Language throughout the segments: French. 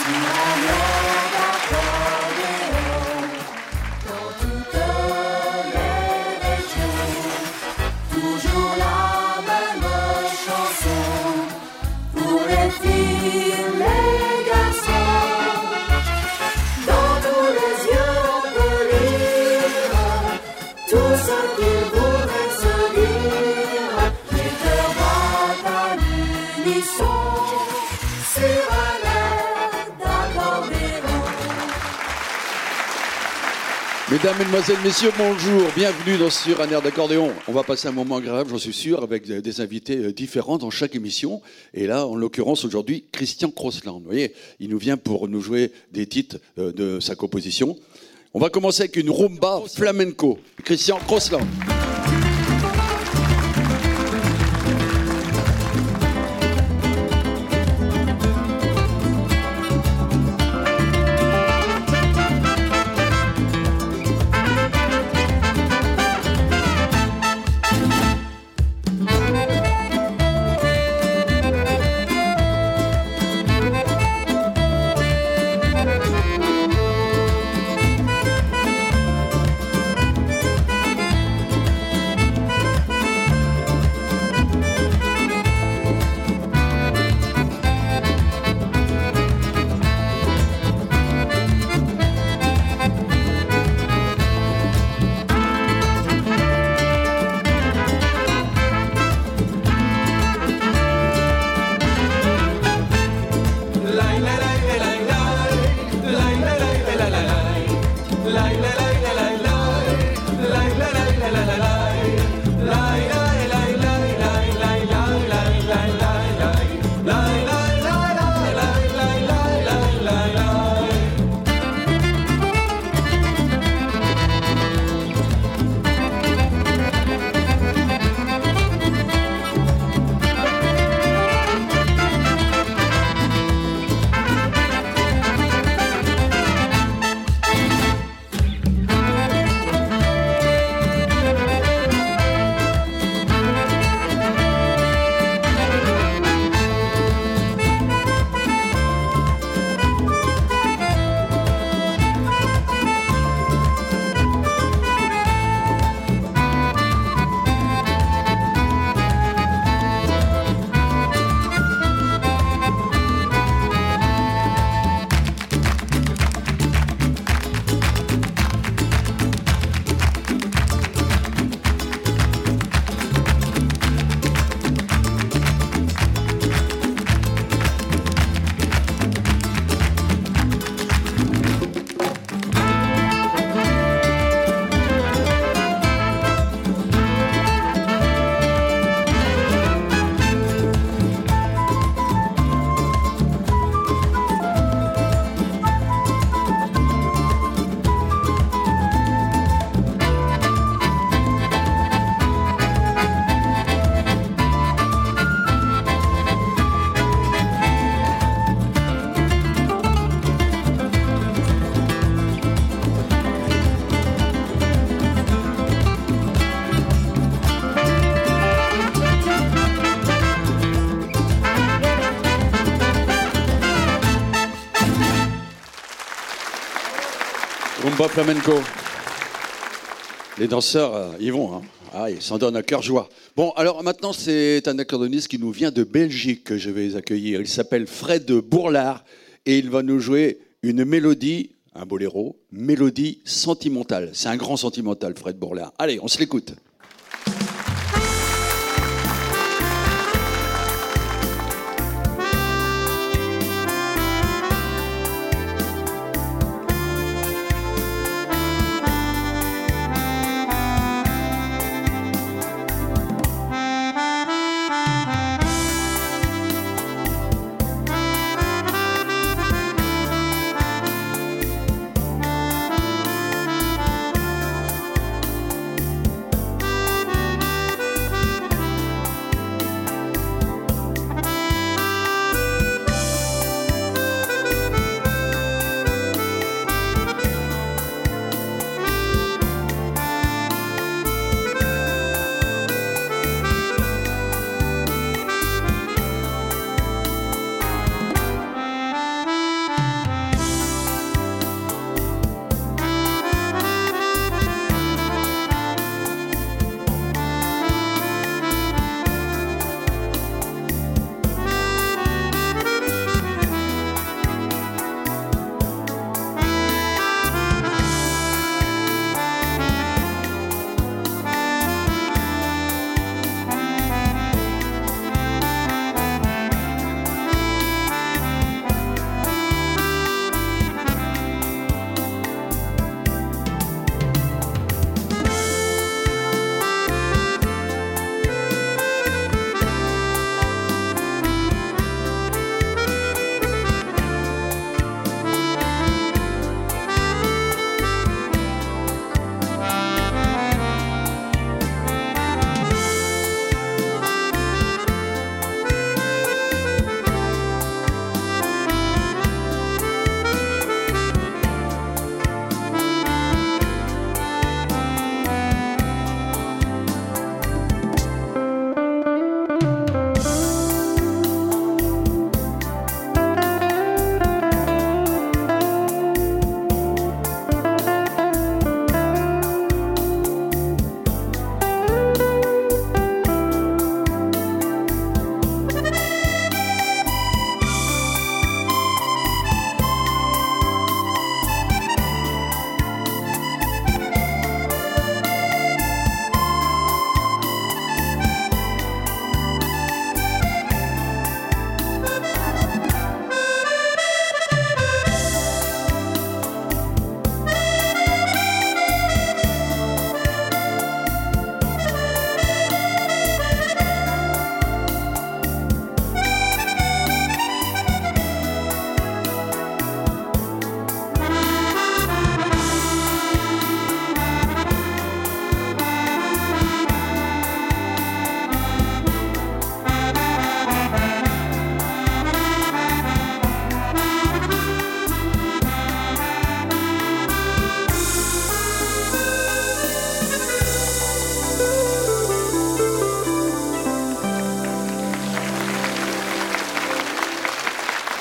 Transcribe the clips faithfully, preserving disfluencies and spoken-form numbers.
Mesdames, Mesdemoiselles, Messieurs, bonjour, bienvenue dans sur un air d'accordéon. On va passer un moment agréable, j'en suis sûr, avec des invités différents dans chaque émission. Et là, en l'occurrence, aujourd'hui, Christian Crossland. Vous voyez, il nous vient pour nous jouer des titres de sa composition. On va commencer avec une rumba flamenco. Christian Crossland. Rumba flamenco. Les danseurs, euh, ils vont, hein. Ah, ils s'en donnent à cœur joie. Bon, alors maintenant, c'est un accordéoniste qui nous vient de Belgique que je vais accueillir. Il s'appelle Fred Bourlard et il va nous jouer une mélodie, un boléro, mélodie sentimentale. C'est un grand sentimental, Fred Bourlard. Allez, on se l'écoute. Thank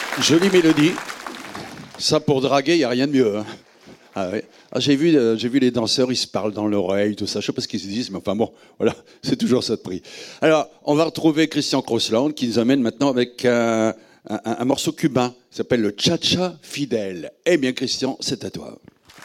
Jolie mélodie. Ça, pour draguer, il n'y a rien de mieux. Hein. Ah ouais. Ah, j'ai vu, euh, j'ai vu les danseurs, ils se parlent dans l'oreille, tout ça. Je ne sais pas ce qu'ils se disent, mais enfin bon, voilà, c'est toujours ça de prix. Alors, on va retrouver Christian Crossland qui nous amène maintenant avec un, un, un morceau cubain qui s'appelle le Cha-Cha Fidèle. Eh bien, Christian, c'est à toi.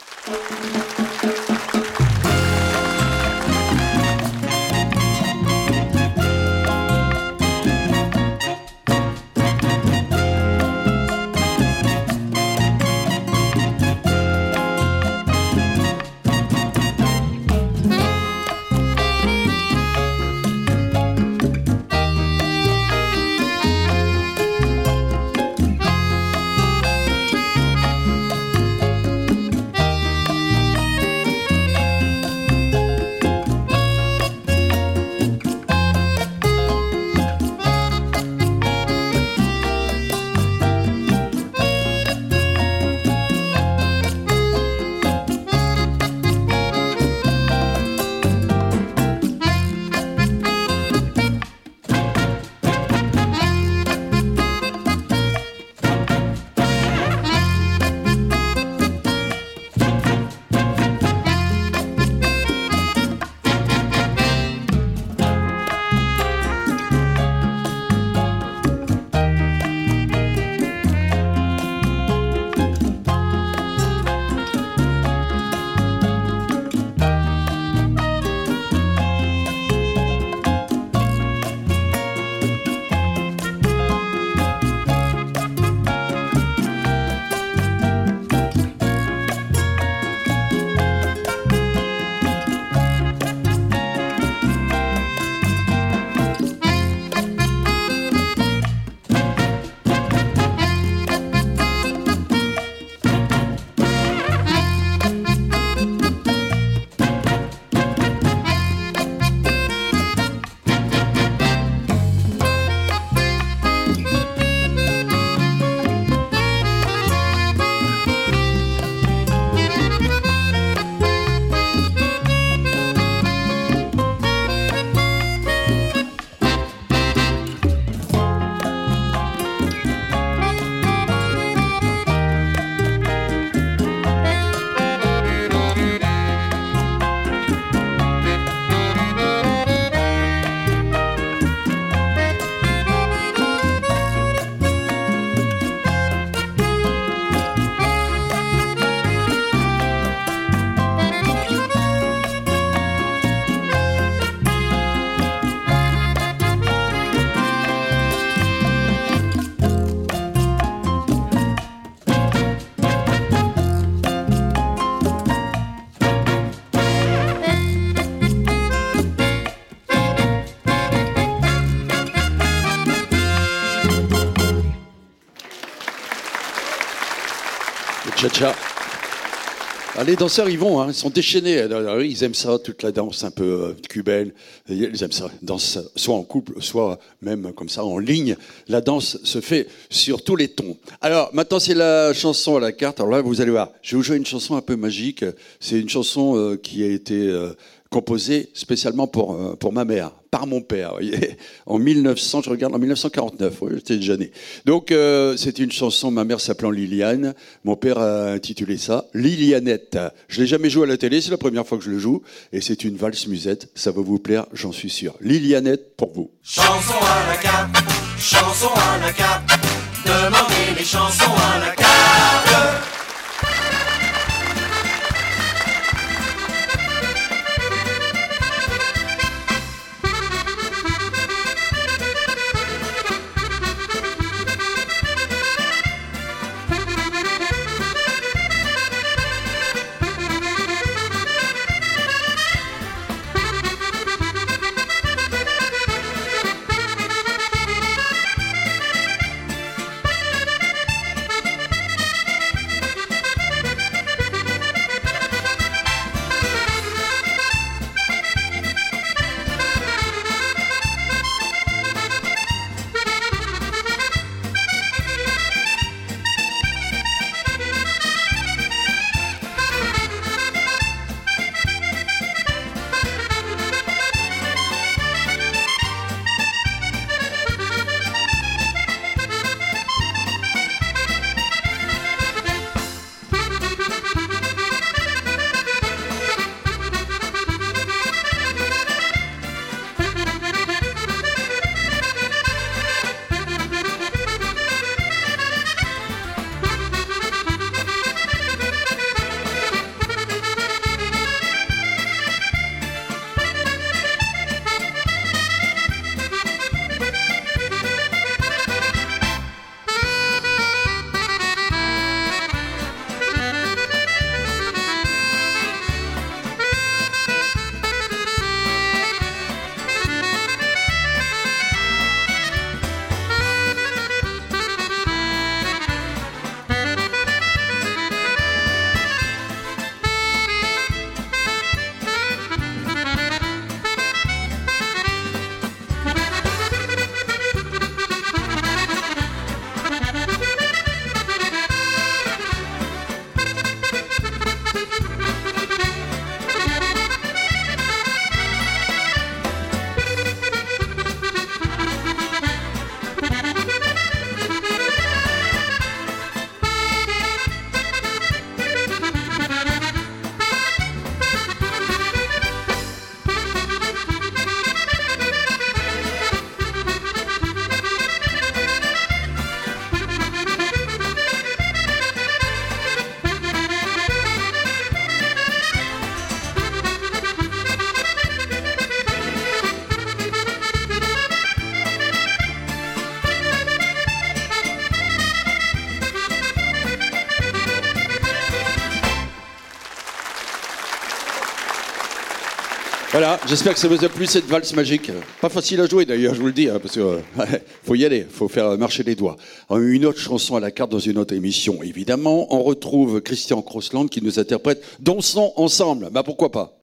Cha-cha. Ah, les danseurs, ils vont, hein, ils sont déchaînés. Ils aiment ça, toute la danse un peu euh, cubaine. Ils aiment ça. Danse soit en couple, soit même comme ça en ligne. La danse se fait sur tous les tons. Alors, maintenant, c'est la chanson à la carte. Alors là, vous allez voir, je vais vous jouer une chanson un peu magique. C'est une chanson euh, qui a été euh, composée spécialement pour, euh, pour ma mère, par mon père. Vous voyez, en mille neuf cents, je regarde, en mille neuf cent quarante-neuf, oui, j'étais déjà né. Donc, euh, c'est une chanson, ma mère s'appelant Liliane. Mon père a intitulé ça Lilianette. Je ne l'ai jamais joué à la télé, c'est la première fois que je le joue. Et c'est une valse musette, ça va vous plaire, j'en suis sûr. Lilianette pour vous. Chanson à la carte, chanson à la carte, demandez les chansons à la carte. Voilà, j'espère que ça vous a plu cette valse magique. Pas facile à jouer d'ailleurs, je vous le dis, hein, parce qu'il euh, faut y aller, faut faire marcher les doigts. Une autre chanson à la carte dans une autre émission, évidemment. On retrouve Christian Crossland qui nous interprète Dansons ensemble. Bah pourquoi pas.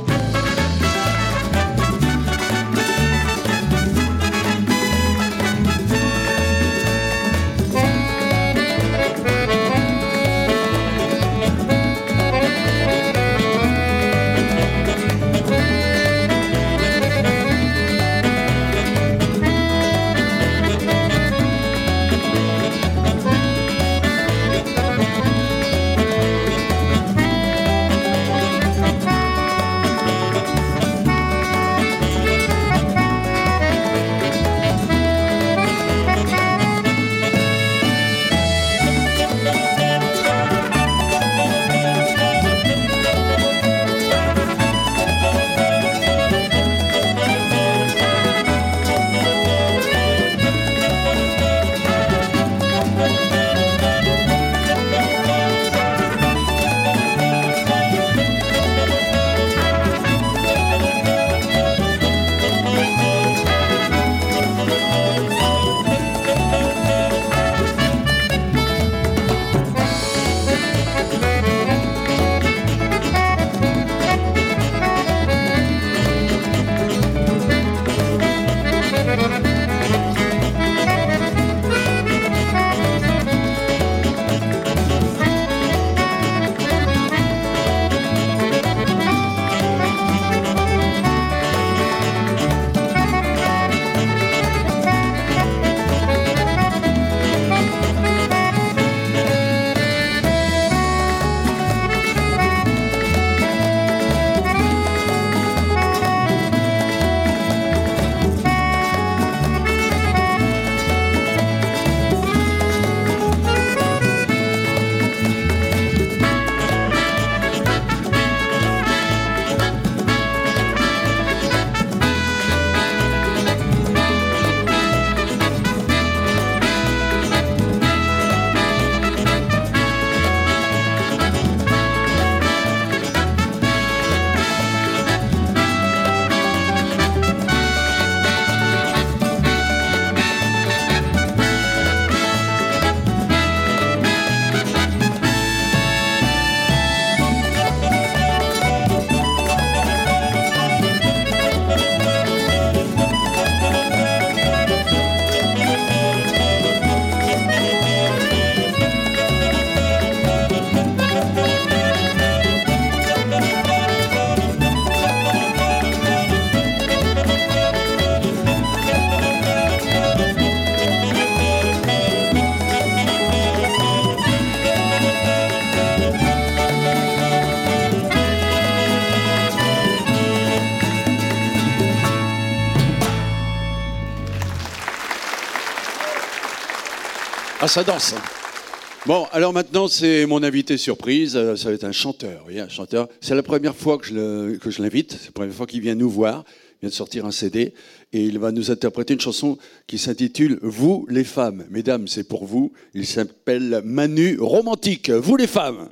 Ah, ça danse. Bon, alors maintenant, c'est mon invité surprise. Ça va être un chanteur. Oui, un chanteur. C'est la première fois que je, le, que je l'invite. C'est la première fois qu'il vient nous voir. Il vient de sortir un C D. Et il va nous interpréter une chanson qui s'intitule « Vous, les femmes ». Mesdames, c'est pour vous. Il s'appelle Manu Romantique. Vous, les femmes.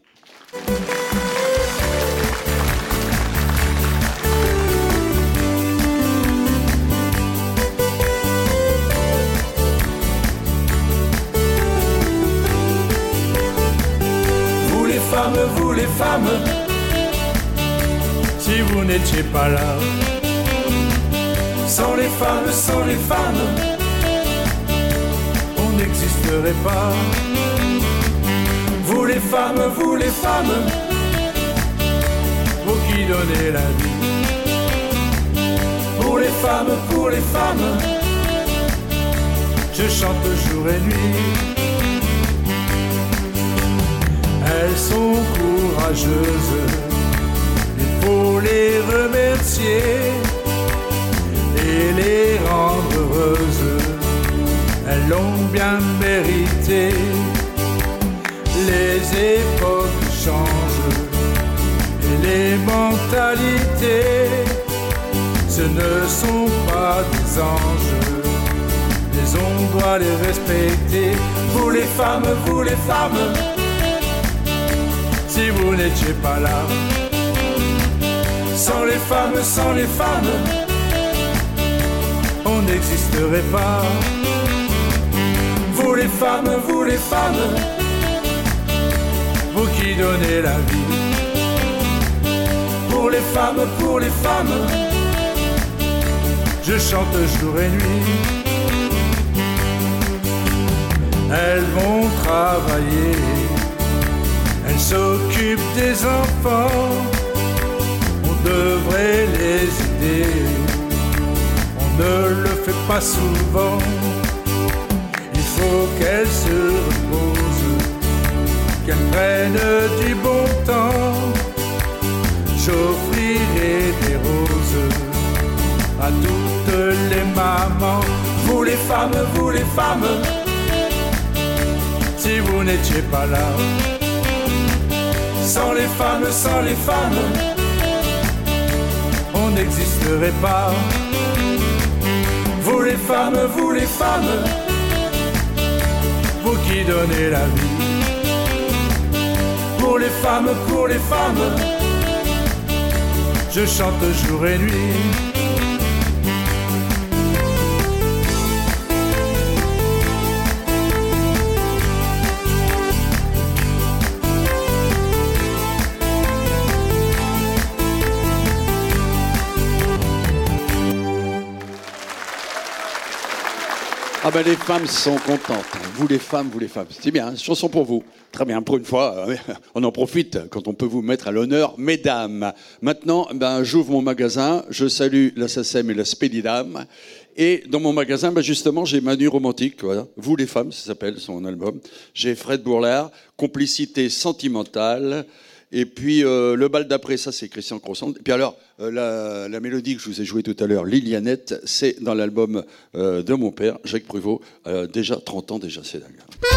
Vous les femmes, si vous n'étiez pas là, sans les femmes, sans les femmes, on n'existerait pas. Vous les femmes, vous les femmes, vous qui donnez la vie. Pour les femmes, pour les femmes, je chante jour et nuit. Elles sont courageuses, il faut les remercier et les rendre heureuses. Elles l'ont bien mérité. Les époques changent et les mentalités, ce ne sont pas des anges, mais on doit les respecter. Vous les femmes, vous les femmes, si vous n'étiez pas là, Sans les femmes, sans les femmes, on n'existerait pas. Vous les femmes, vous les femmes, vous qui donnez la vie. Pour les femmes, pour les femmes, je chante jour et nuit. Elles vont travailler, elles s'occupent des enfants. On devrait les aider, on ne le fait pas souvent. Il faut qu'elles se reposent, qu'elles prennent du bon temps. J'offrirai des roses à toutes les mamans. Vous les femmes, vous les femmes, si vous n'étiez pas là. Sans les femmes, sans les femmes, on n'existerait pas. Vous les femmes, vous les femmes, vous qui donnez la vie. Pour les femmes, pour les femmes, je chante jour et nuit. Ah ben les femmes sont contentes. Vous les femmes, vous les femmes. C'est bien, chanson pour vous. Très bien, pour une fois, on en profite quand on peut vous mettre à l'honneur, mesdames. Maintenant, ben, j'ouvre mon magasin, je salue la SACEM et la Spédidam. Et dans mon magasin, ben, justement, j'ai Manu Romantique, voilà. Vous les femmes, ça s'appelle son album. J'ai Fred Bourlard, Complicité sentimentale. Et puis euh, le bal d'après, ça c'est Christian Croissant. Et puis alors, euh, la, la mélodie que je vous ai jouée tout à l'heure, Lilianette, c'est dans l'album euh, de mon père, Jacques Pruvot. Euh, déjà trente ans, déjà, c'est dingue.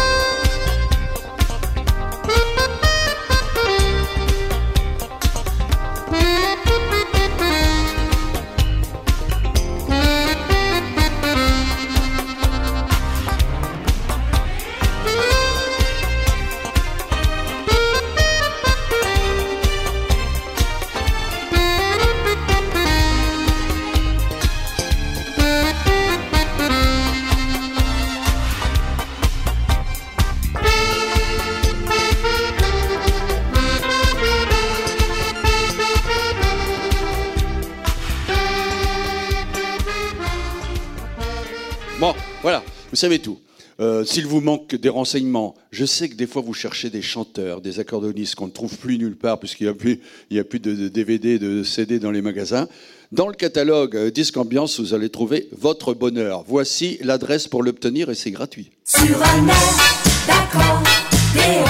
Bon, voilà, vous savez tout. Euh, S'il vous manque des renseignements, je sais que des fois vous cherchez des chanteurs, des accordéonistes qu'on ne trouve plus nulle part puisqu'il n'y a plus, il y a plus de, de D V D, de C D dans les magasins. Dans le catalogue euh, Disque Ambiance, vous allez trouver votre bonheur. Voici l'adresse pour l'obtenir et c'est gratuit. Sur un air d'accordéon.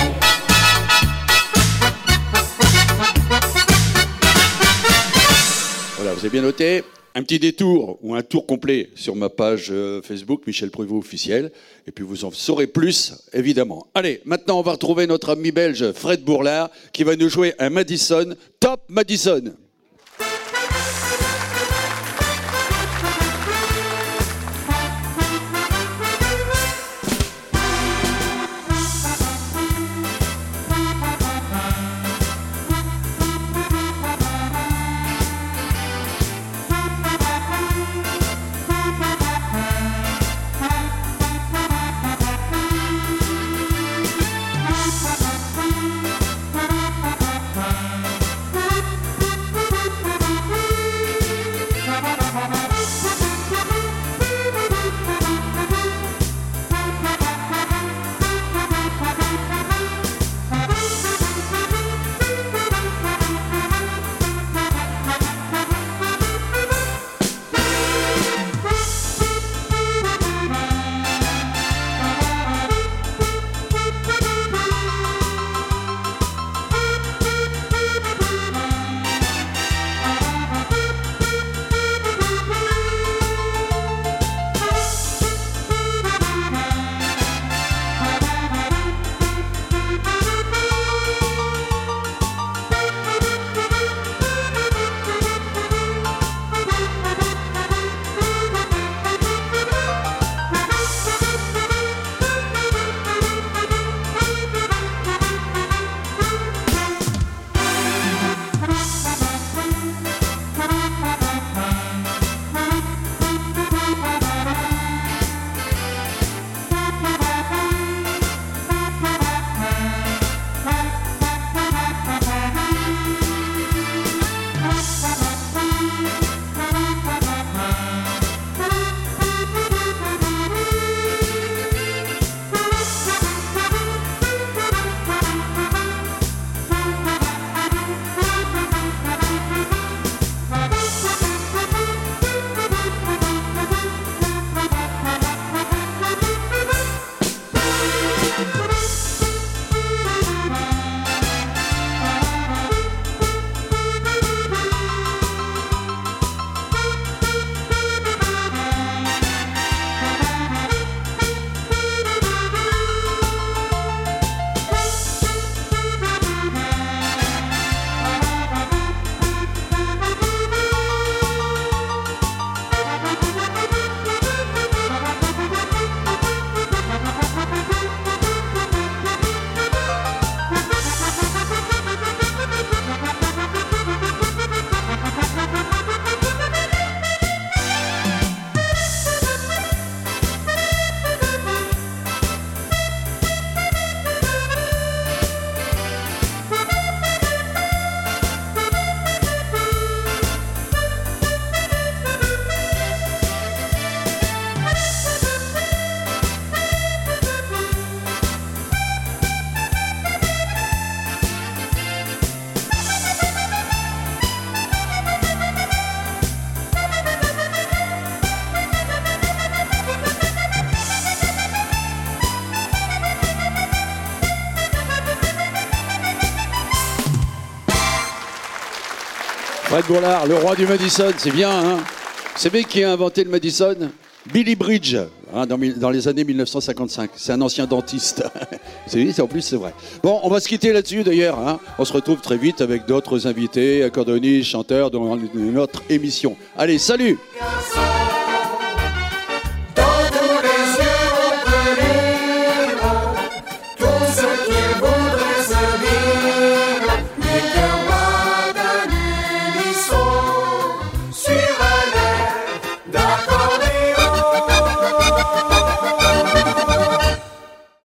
Voilà, vous avez bien noté. Un petit détour ou un tour complet sur ma page Facebook, Michel Pruvot officiel. Et puis vous en saurez plus, évidemment. Allez, maintenant on va retrouver notre ami belge Fred Bourlard qui va nous jouer un Madison, Top Madison. Fred Bourlard, le roi du Madison, c'est bien, hein? C'est bien qui a inventé le Madison? Billy Bridge, hein, dans, dans les années mille neuf cent cinquante-cinq. C'est un ancien dentiste. C'est, en plus, c'est vrai. Bon, on va se quitter là-dessus, d'ailleurs. Hein. On se retrouve très vite avec d'autres invités, accordéonistes, chanteurs dans notre émission. Allez, salut! Garçon